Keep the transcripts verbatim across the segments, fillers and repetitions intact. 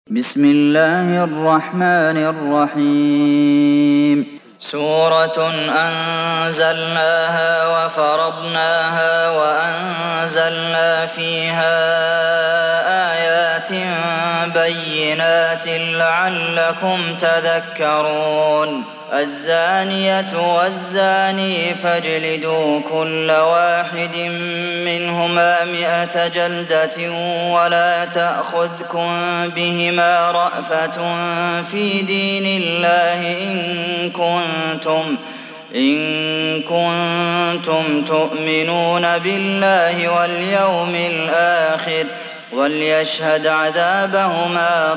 بسم الله الرحمن الرحيم سورة أنزلناها وفرضناها وأنزلنا فيها آيات بينات لعلكم تذكرون الزانية والزاني فاجلدوا كل واحد منهما مئة جلدة ولا تأخذكم بهما رأفة في دين الله إن كنتم إن كنتم تؤمنون بالله واليوم الآخر وليشهد عذابهما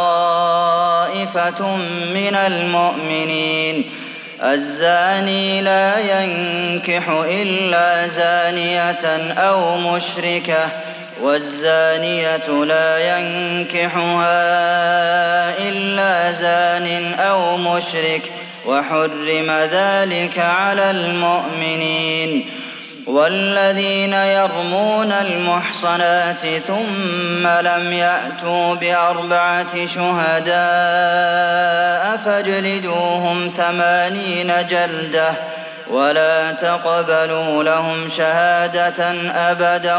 طائفة من المؤمنين الزاني لا ينكح إلا زانية أو مشركة والزانية لا ينكحها إلا زان أو مشرك وحرم ذلك على المؤمنين والذين يرمون المحصنات ثم لم يأتوا بأربعة شهداء فاجلدوهم ثمانين جلدة ولا تقبلوا لهم شهادة أبدا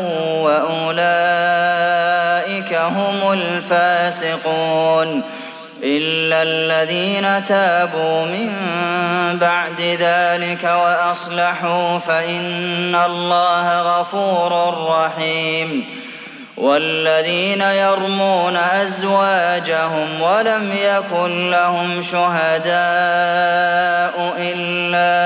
وأولئك هم الفاسقون إلا الذين تابوا من بعد ذلك وأصلحوا فإن الله غفور رحيم والذين يرمون أزواجهم ولم يكن لهم شهداء إلا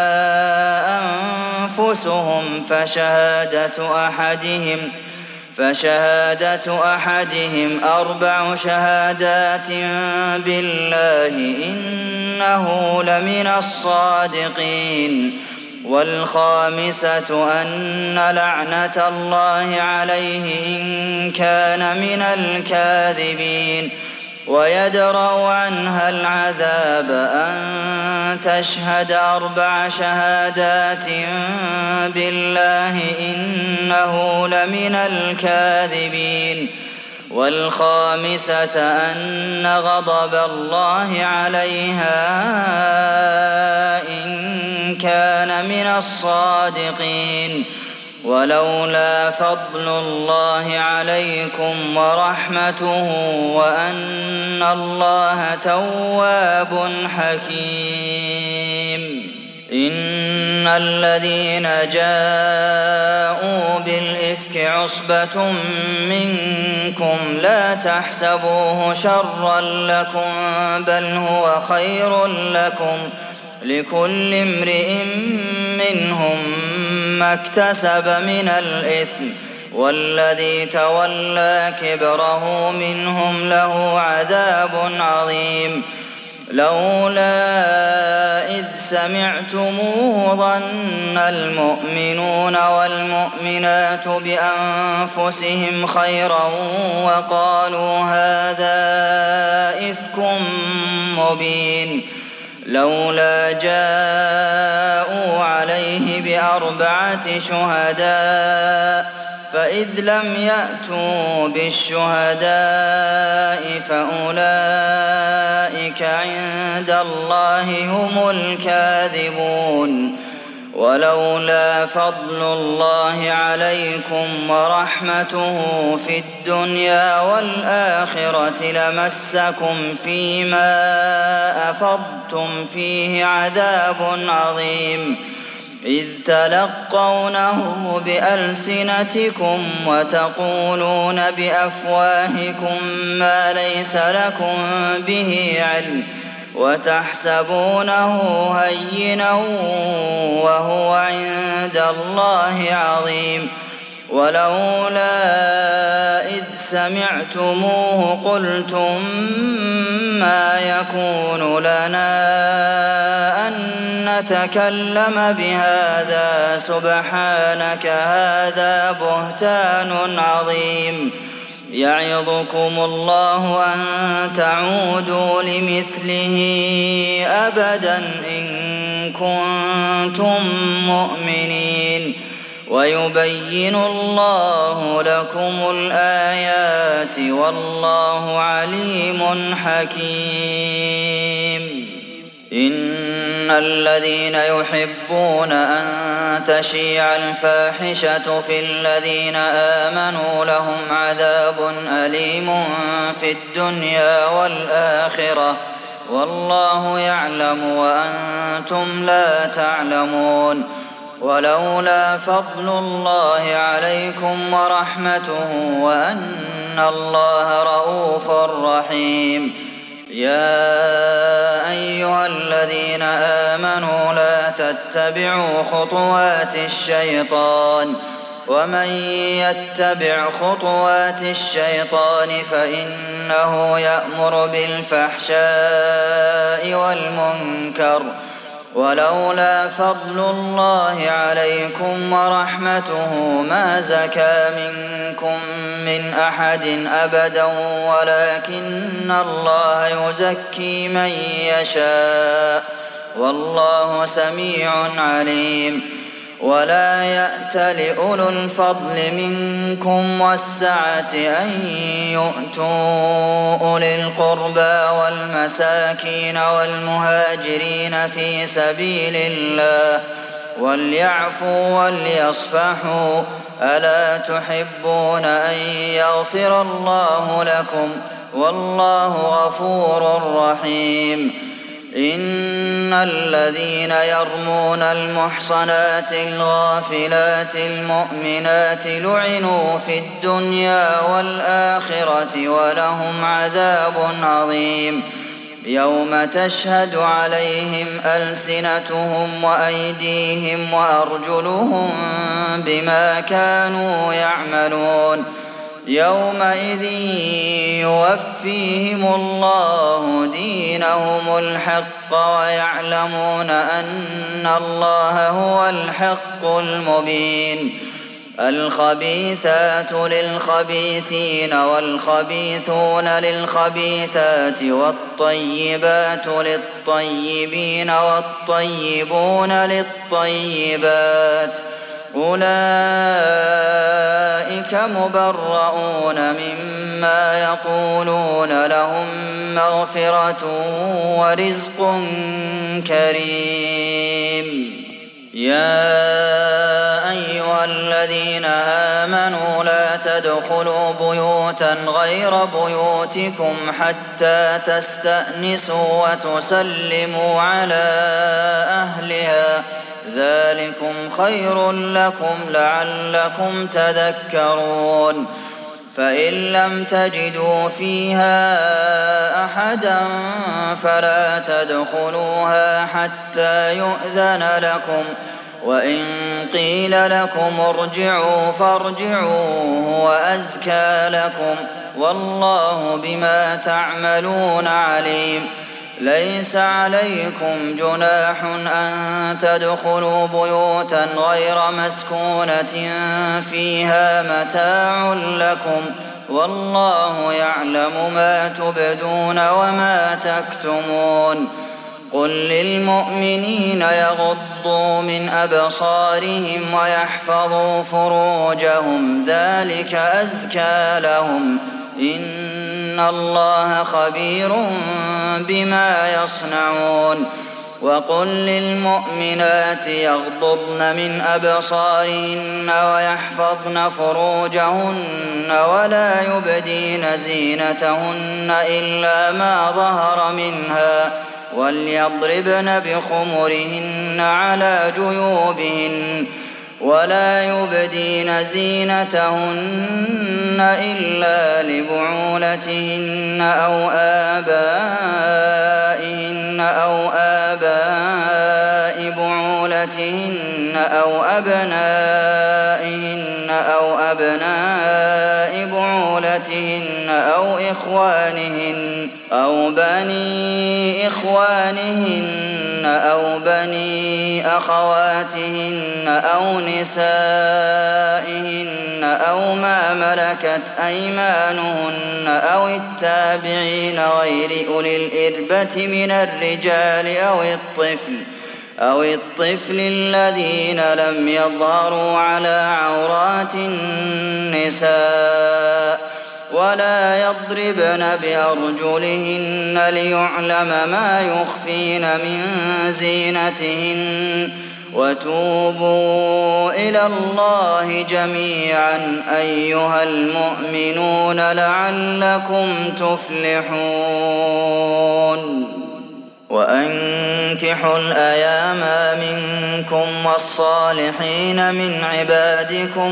أنفسهم فشهادة أحدهم فشهادة أحدهم أربع شهادات بالله إنه لمن الصادقين والخامسة أن لعنة الله عليه إن كان من الكاذبين ويدرأ عنها العذاب أن تشهد أربع شهادات بالله إنه لمن الكاذبين والخامسة أن غضب الله عليها إن كان من الصادقين ولولا فضل الله عليكم ورحمته وأن الله تواب حكيم إن الذين جاءوا بالإفك عصبة منكم لا تحسبوه شرا لكم بل هو خير لكم لكل امرئ منهم ما اكتسب من الإثم والذي تولى كبره منهم له عذاب عظيم لولا إذ سمعتموه ظن المؤمنون والمؤمنات بأنفسهم خيرا وقالوا هذا إفك مبين لولا جاءوا عليه بأربعة شهداء فإذ لم يأتوا بالشهداء فأولئك عند الله هم الكاذبون ولولا فضل الله عليكم ورحمته في الدنيا والآخرة لمسكم فيما أفضتم فيه عذاب عظيم إذ تلقونه بألسنتكم وتقولون بأفواهكم ما ليس لكم به علم وتحسبونه هينا وهو عند الله عظيم ولولا إذ سمعتموه قلتم ما يكون لنا أن نتكلم بهذا سبحانك هذا بهتان عظيم يعظكم الله أن تعودوا لمثله أبدا إن كنتم مؤمنين ويبين الله لكم الآيات والله عليم حكيم. إن الذين يحبون أن تشيع الفاحشة في الذين آمنوا لهم عذاب أليم في الدنيا والآخرة والله يعلم وأنتم لا تعلمون. ولولا فضل الله عليكم ورحمته وأن الله رءوف رحيم. يا أيها الذين آمنوا لا تتبعوا خطوات الشيطان ومن يتبع خطوات الشيطان فإنه يأمر بالفحشاء والمنكر. ولولا فضل الله عليكم ورحمته ما زكى منكم من أحد أبدا ولكن الله يزكي من يشاء والله سميع عليم. ولا يأت لأولو الفضل منكم والسعة أن يؤتوا أولي القربى والمساكين والمهاجرين في سبيل الله وليعفوا وليصفحوا ألا تحبون أن يغفر الله لكم والله غفور رحيم. إن الذين يرمون المحصنات الغافلات المؤمنات لعنوا في الدنيا والآخرة ولهم عذاب عظيم. يوم تشهد عليهم ألسنتهم وأيديهم وأرجلهم بما كانوا يعملون. يومئذ يوفيهم الله دينهم الحق ويعلمون أن الله هو الحق المبين. الخبيثات للخبيثين والخبيثون للخبيثات والطيبات للطيبين والطيبون للطيبات أولئك مبرؤون مما يقولون لهم مغفرة ورزق كريم. يا أيها الذين آمنوا لا تدخلوا بيوتا غير بيوتكم حتى تستأنسوا وتسلموا على أهلها ذلكم خير لكم لعلكم تذكرون. فإن لم تجدوا فيها أحدا فلا تدخلوها حتى يؤذن لكم وإن قيل لكم ارجعوا فارجعوا هو أزكى لكم والله بما تعملون عليم. ليس عليكم جناح أن تدخلوا بيوتا غير مسكونة فيها متاع لكم والله يعلم ما تبدون وما تكتمون. قل للمؤمنين يغضوا من أبصارهم ويحفظوا فروجهم ذلك أزكى لهم إن الله خبير بما يصنعون. وقل للمؤمنات يغضضن من أبصارهن ويحفظن فروجهن ولا يبدين زينتهن إلا ما ظهر منها وليضربن بخمرهن على جيوبهن ولا يبدين زينتهن إلا لبعولتهن أو آبائهن أو آباء بعولتهن أو أبنائهن أو أبناء بعولتهن أو إخوانهن أو بني إخوانهن أو بني أخواتهن أو نسائهن أو ما ملكت أيمانهن أو التابعين غير أولي الإربة من الرجال أو الطفل أو الطفل الذين لم يظهروا على عورات النساء ولا يضربن بأرجلهن ليعلم ما يخفين من زينتهن وتوبوا إلى الله جميعا أيها المؤمنون لعلكم تفلحون وأنكحوا الأيام منكم والصالحين من عبادكم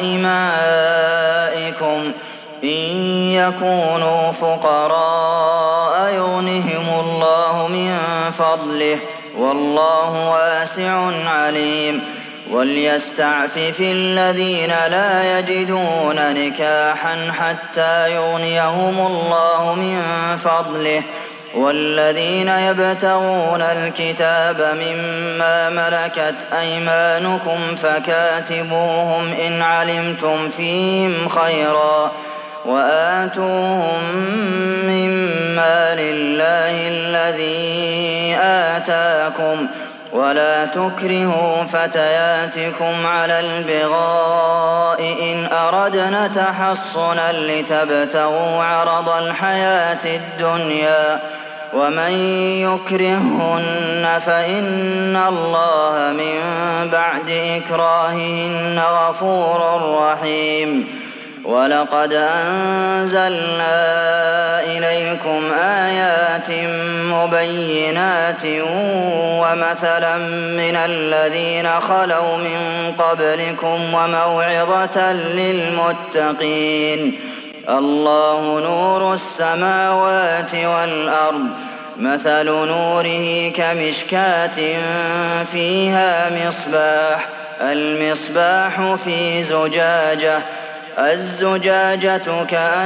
وإمائكم إن يكونوا فقراء يغنهم الله من فضله والله واسع عليم وليستعفف الذين لا يجدون نكاحا حتى يغنيهم الله من فضله والذين يبتغون الكتاب مما ملكت أيمانكم فكاتبوهم إن علمتم فيهم خيرا وآتوهم مما لله الذي آتاكم ولا تكرهوا فتياتكم على البغاء إن أردنا تحصنا لتبتغوا عرض الحياة الدنيا ومن يكرههن فإن الله من بعد إكراههن غفور رحيم ولقد أنزلنا إليكم آيات مبينات ومثلا من الذين خلوا من قبلكم وموعظة للمتقين الله نور السماوات والأرض مثل نوره كمشكاة فيها مصباح المصباح في زجاجة الزجاجة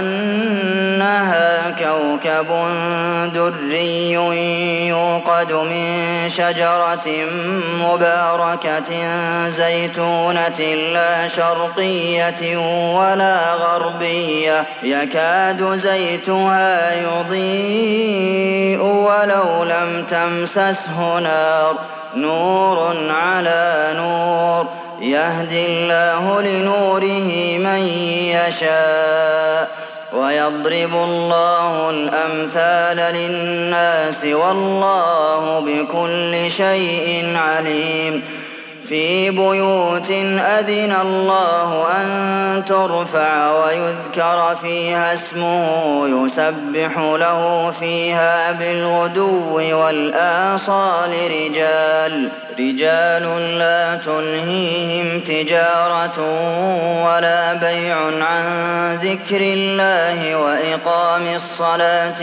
كأنها كوكب دري يوقد من شجرة مباركة زيتونة لا شرقية ولا غربية يكاد زيتها يضيء ولو لم تمسسه نار نور على نور يهدي الله لنوره من يشاء ويضرب الله الأمثال للناس والله بكل شيء عليم في بيوت أذن الله أن ترفع ويذكر فيها اسمه يسبح له فيها بالغدو والآصال رجال رجال لا تلهيهم تجارة ولا بيع عن ذكر الله وإقام الصلاة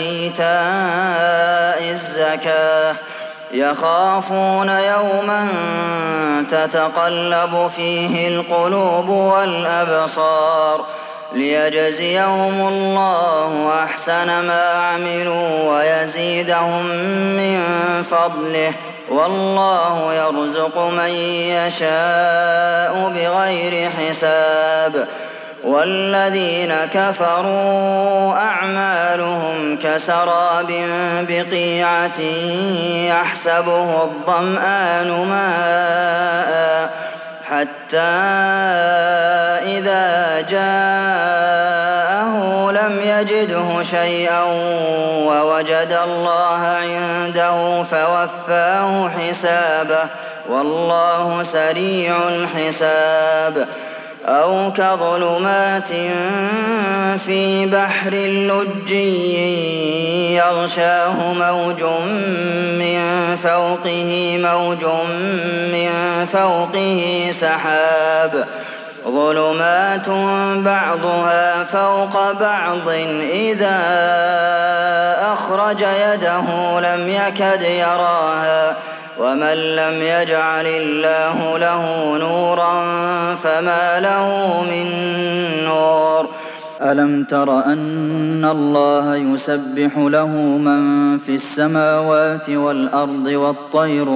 وإيتاء الزكاة يخافون يوما تتقلب فيه القلوب والأبصار ليجزيهم الله أحسن ما عملوا ويزيدهم من فضله والله يرزق من يشاء بغير حساب والذين كفروا أعمالهم كسراب بقيعة يحسبه الظمآن ماء حتى إذا جاءه لم يجده شيئا ووجد الله عنده فوفاه حسابه والله سريع الحساب أو كظلمات في بحر لجي يغشاه موج من فوقه موج من فوقه سحاب ظلمات بعضها فوق بعض إذا أخرج يده لم يكد يراها ومن لم يجعل الله له نورا فما له من نور ألم تر أن الله يسبح له من في السماوات والأرض والطير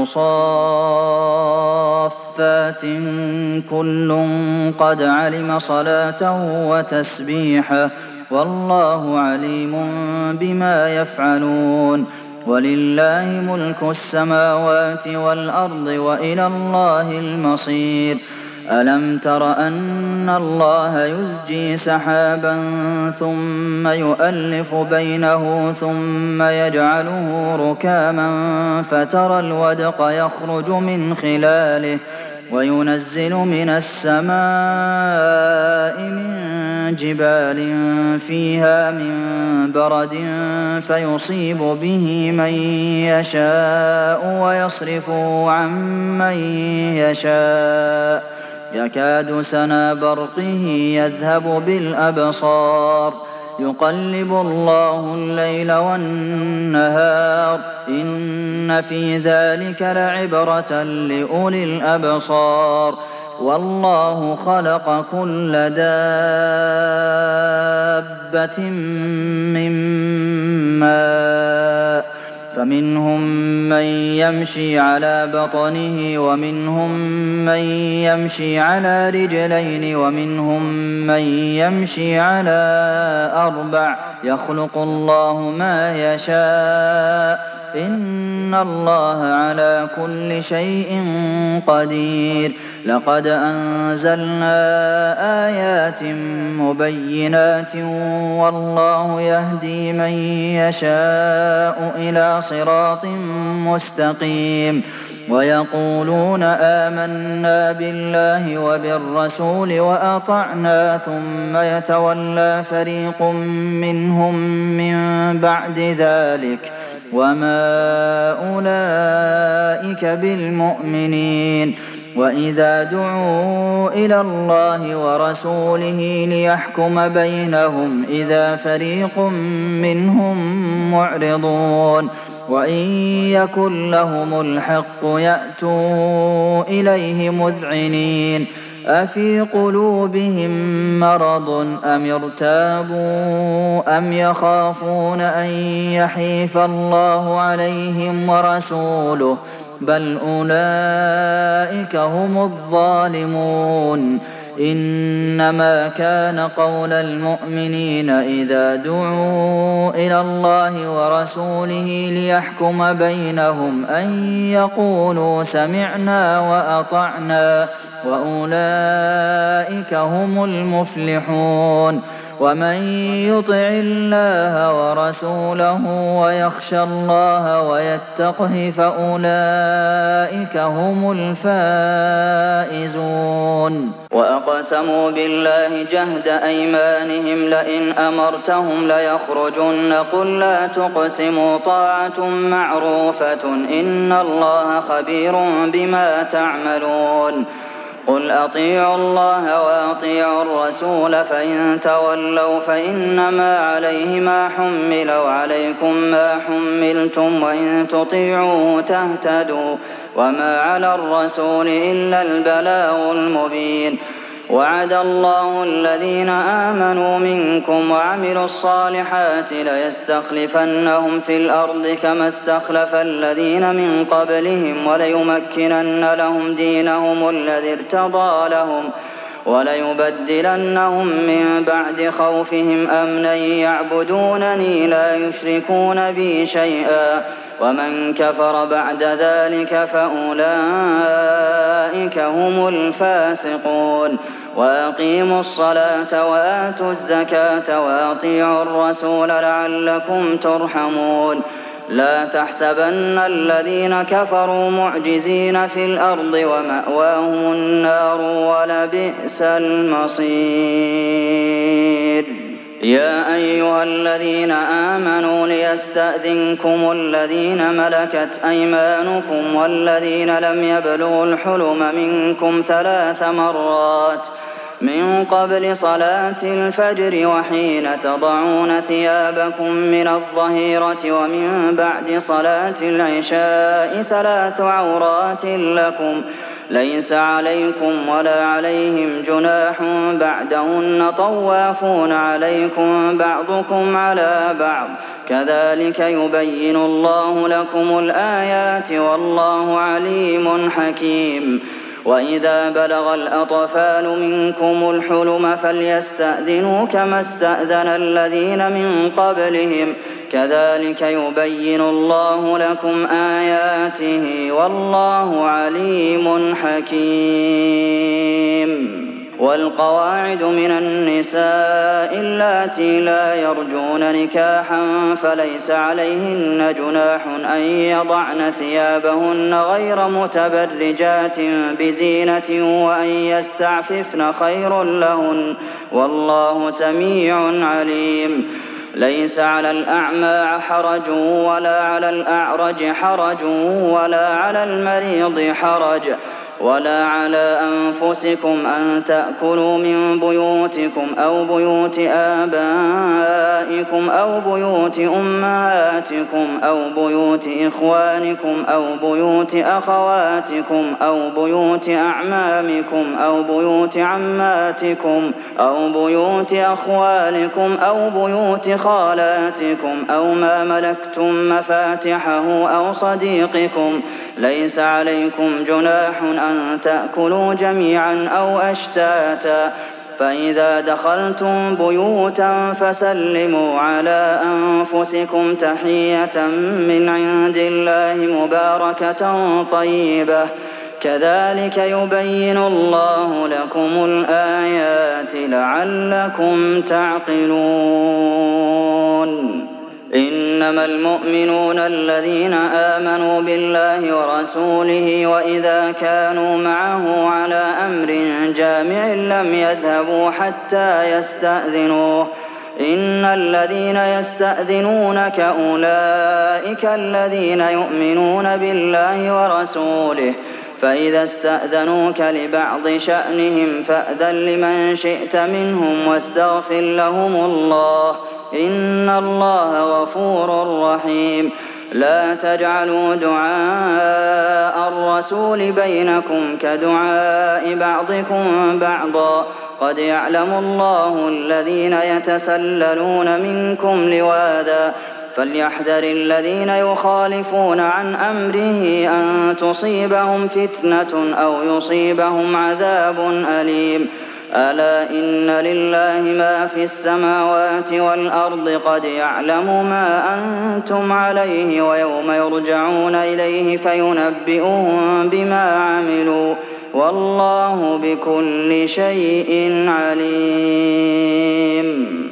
صافات كل قد علم صلاته وتسبيحه والله عليم بما يفعلون وَلِلَّهِ مُلْكُ السَّمَاوَاتِ وَالْأَرْضِ وَإِلَى اللَّهِ الْمَصِيرُ أَلَمْ تَرَ أَنَّ اللَّهَ يُزْجِي سَحَابًا ثُمَّ يُؤَلِّفُ بَيْنَهُ ثُمَّ يَجْعَلُهُ رُكَامًا فَتَرَى الْوَدْقَ يَخْرُجُ مِنْ خِلَالِهِ وَيُنَزِّلُ مِنَ السَّمَاءِ مِن جِبَالٍ فِيهَا مِن بَرَدٍ فَيُصِيبُ بِهِ مَن يَشَاءُ وَيَصْرِفُهُ عَن مَّن يَشَاءُ يَكَادُ سَنَا بَرْقِهِ يَذْهَبُ بِالْأَبْصَارِ يُقَلِّبُ اللَّهُ اللَّيْلَ وَالنَّهَارَ إِنَّ فِي ذَٰلِكَ لَعِبْرَةً لِّأُولِي الْأَبْصَارِ وَاللَّهُ خَلَقَ كُلَّ دَابَّةٍ مِّن مَّاءٍ ۖ فَمِنْهُم مَّن يَمْشِي عَلَىٰ بَطْنِهِ وَمِنْهُم مَّن يَمْشِي عَلَىٰ رِجْلَيْنِ وَمِنْهُم مَّن يَمْشِي عَلَىٰ أَرْبَعٍ ۚ يَخْلُقُ اللَّهُ مَا يَشَاءُ ۚ إِنَّ اللَّهَ عَلَىٰ كُلِّ شَيْءٍ قَدِيرٌ لَقَدْ أَنزَلْنَا آيَاتٍ مُّبَيِّنَاتٍ وَاللَّهُ يَهْدِي مَن يَشَاءُ إِلَىٰ صِرَاطٍ مُّسْتَقِيمٍ وَيَقُولُونَ آمَنَّا بِاللَّهِ وَبِالرَّسُولِ وَأَطَعْنَا ثُمَّ يَتَوَلَّىٰ فَرِيقٌ مِّنْهُم مِّن بَعْدِ ذَٰلِكَ ۚ وَمَا أُولَٰئِكَ بِالْمُؤْمِنِينَ وَإِذَا دُعُوا إِلَى اللَّهِ وَرَسُولِهِ لِيَحْكُمَ بَيْنَهُمْ إِذَا فَرِيقٌ مِّنْهُم مُّعْرِضُونَ وَإِن يَكُن لَّهُمُ الْحَقُّ يَأْتُوا إِلَيْهِ مُذْعِنِينَ أَفِي قُلُوبِهِم مَّرَضٌ أَمِ ارْتَابُوا أَمْ يَخَافُونَ أَن يَحِيفَ اللَّهُ عَلَيْهِمْ وَرَسُولُهُ ۚ بَلْ أُولَٰئِكَ هُمُ الظَّالِمُونَ إِنَّمَا كَانَ قَوْلَ الْمُؤْمِنِينَ إِذَا دُعُوا إِلَى اللَّهِ وَرَسُولِهِ لِيَحْكُمَ بَيْنَهُمْ أَن يَقُولُوا سَمِعْنَا وَأَطَعْنَا ۚ وَأُولَٰئِكَ هُمُ الْمُفْلِحُونَ وَمَن يُطِعِ اللَّهَ وَرَسُولَهُ وَيَخْشَ اللَّهَ وَيَتَّقْهِ فَأُولَٰئِكَ هُمُ الْفَائِزُونَ وَأَقْسَمُوا بِاللَّهِ جَهْدَ أَيْمَانِهِمْ لَئِنْ أَمَرْتَهُمْ لَيَخْرُجُنَّ ۖ قُل لَّا تُقْسِمُوا طَاعَةٌ مَّعْرُوفَةٌ ۚ إِنَّ اللَّهَ خَبِيرٌ بِمَا تَعْمَلُونَ قُلْ أَطِيعُوا اللَّهَ وَأَطِيعُوا الرَّسُولَ ۖ فَإِن تَوَلَّوْا فَإِنَّمَا عَلَيْهِ مَا حُمِّلَ وَعَلَيْكُم مَّا حُمِّلْتُمْ ۖ وَإِن تُطِيعُوهُ تَهْتَدُوا ۚ وَمَا عَلَى الرَّسُولِ إِلَّا الْبَلَاغُ الْمُبِينُ وَعَدَ اللَّهُ الَّذِينَ آمَنُوا مِنكُمْ وَعَمِلُوا الصَّالِحَاتِ لَيَسْتَخْلِفَنَّهُمْ فِي الْأَرْضِ كَمَا اسْتَخْلَفَ الَّذِينَ مِن قَبْلِهِمْ وَلَيُمَكِّنَنَّ لَهُمْ دِينَهُمُ الَّذِي ارْتَضَىٰ لَهُمْ وَلَيُبَدِّلَنَّهُم مِّن بَعْدِ خَوْفِهِمْ أَمْنًا يَعْبُدُونَنِي لَا يُشْرِكُونَ بِي شَيْئًا ۚ وَمَن كَفَرَ بَعْدَ ذَٰلِكَ فَأُولَٰئِكَ هُمُ الْفَاسِقُونَ وَأَقِيمُوا الصَّلَاةَ وَآتُوا الزَّكَاةَ وَأَطِيعُوا الرَّسُولَ لَعَلَّكُمْ تُرْحَمُونَ لَا تَحْسَبَنَّ الَّذِينَ كَفَرُوا مُعْجِزِينَ فِي الْأَرْضِ ۚ وَمَأْوَاهُمُ النَّارُ ۖ وَلَبِئْسَ الْمَصِيرُ يَا أَيُّهَا الَّذِينَ آمَنُوا لِيَسْتَأْذِنكُمُ الَّذِينَ مَلَكَتْ أَيْمَانُكُمْ وَالَّذِينَ لَمْ يَبْلُغُوا الْحُلُمَ مِنكُمْ ثَلَاثَ مَرَّاتٍ مِّن قَبْلِ صَلَاةِ الْفَجْرِ وَحِينَ تَضَعُونَ ثِيَابَكُم مِّنَ الظَّهِيرَةِ وَمِن بَعْدِ صَلَاةِ الْعِشَاءِ ۚ ثَلَاثُ عَوْرَاتٍ لَّكُمْ ۚ لَيْسَ عَلَيْكُمْ وَلَا عَلَيْهِمْ جُنَاحٌ بَعْدَهُنَّ ۚ طَوَّافُونَ عَلَيْكُم بَعْضُكُمْ عَلَىٰ بَعْضٍ ۚ كَذَٰلِكَ يُبَيِّنُ اللَّهُ لَكُمُ الْآيَاتِ ۗ وَاللَّهُ عَلِيمٌ حَكِيمٌ وَإِذَا بَلَغَ الْأَطْفَالُ مِنكُمُ الْحُلُمَ فَلْيَسْتَأْذِنُوا كَمَا اسْتَأْذَنَ الَّذِينَ مِن قَبْلِهِمْ ۚ كذلك يبين الله لكم آياته والله عليم حكيم والقواعد من النساء اللاتي لا يرجون نكاحا فليس عليهن جناح أن يضعن ثيابهن غير متبرجات بزينة وأن يستعففن خير لهن والله سميع عليم ليس على الأعمى حرج ولا على الأعرج حرج ولا على المريض حرج ولا على أنفسكم أن تأكلوا من بيوتكم أو بيوت آبائكم أو بيوت أمهاتكم أو بيوت إخوانكم أو بيوت أخواتكم أو بيوت أعمامكم أو بيوت عماتكم أو بيوت أخوالكم أو بيوت خالاتكم أو ما ملكتم مفاتحه أو صديقكم ليس عليكم جناح أن تأكلوا جميعا أو أشتاتا فإذا دخلتم بيوتا فسلموا على أنفسكم تحية من عند الله مباركة طيبة كذلك يبين الله لكم الآيات لعلكم تعقلون إنما المؤمنون الذين آمنوا بالله ورسوله وإذا كانوا معه على أمر جامع لم يذهبوا حتى يستأذنوه إن الذين يستأذنونك أولئك الذين يؤمنون بالله ورسوله فإذا استأذنوك لبعض شأنهم فأذن لمن شئت منهم واستغفر لهم الله إن الله غفور رحيم لا تجعلوا دعاء الرسول بينكم كدعاء بعضكم بعضا قد يعلم الله الذين يتسللون منكم لواذا فليحذر الذين يخالفون عن أمره أن تصيبهم فتنة أو يصيبهم عذاب أليم ألا إن لله ما في السماوات والأرض قد يعلم ما أنتم عليه ويوم يرجعون إليه فينبئهم بما عملوا والله بكل شيء عليم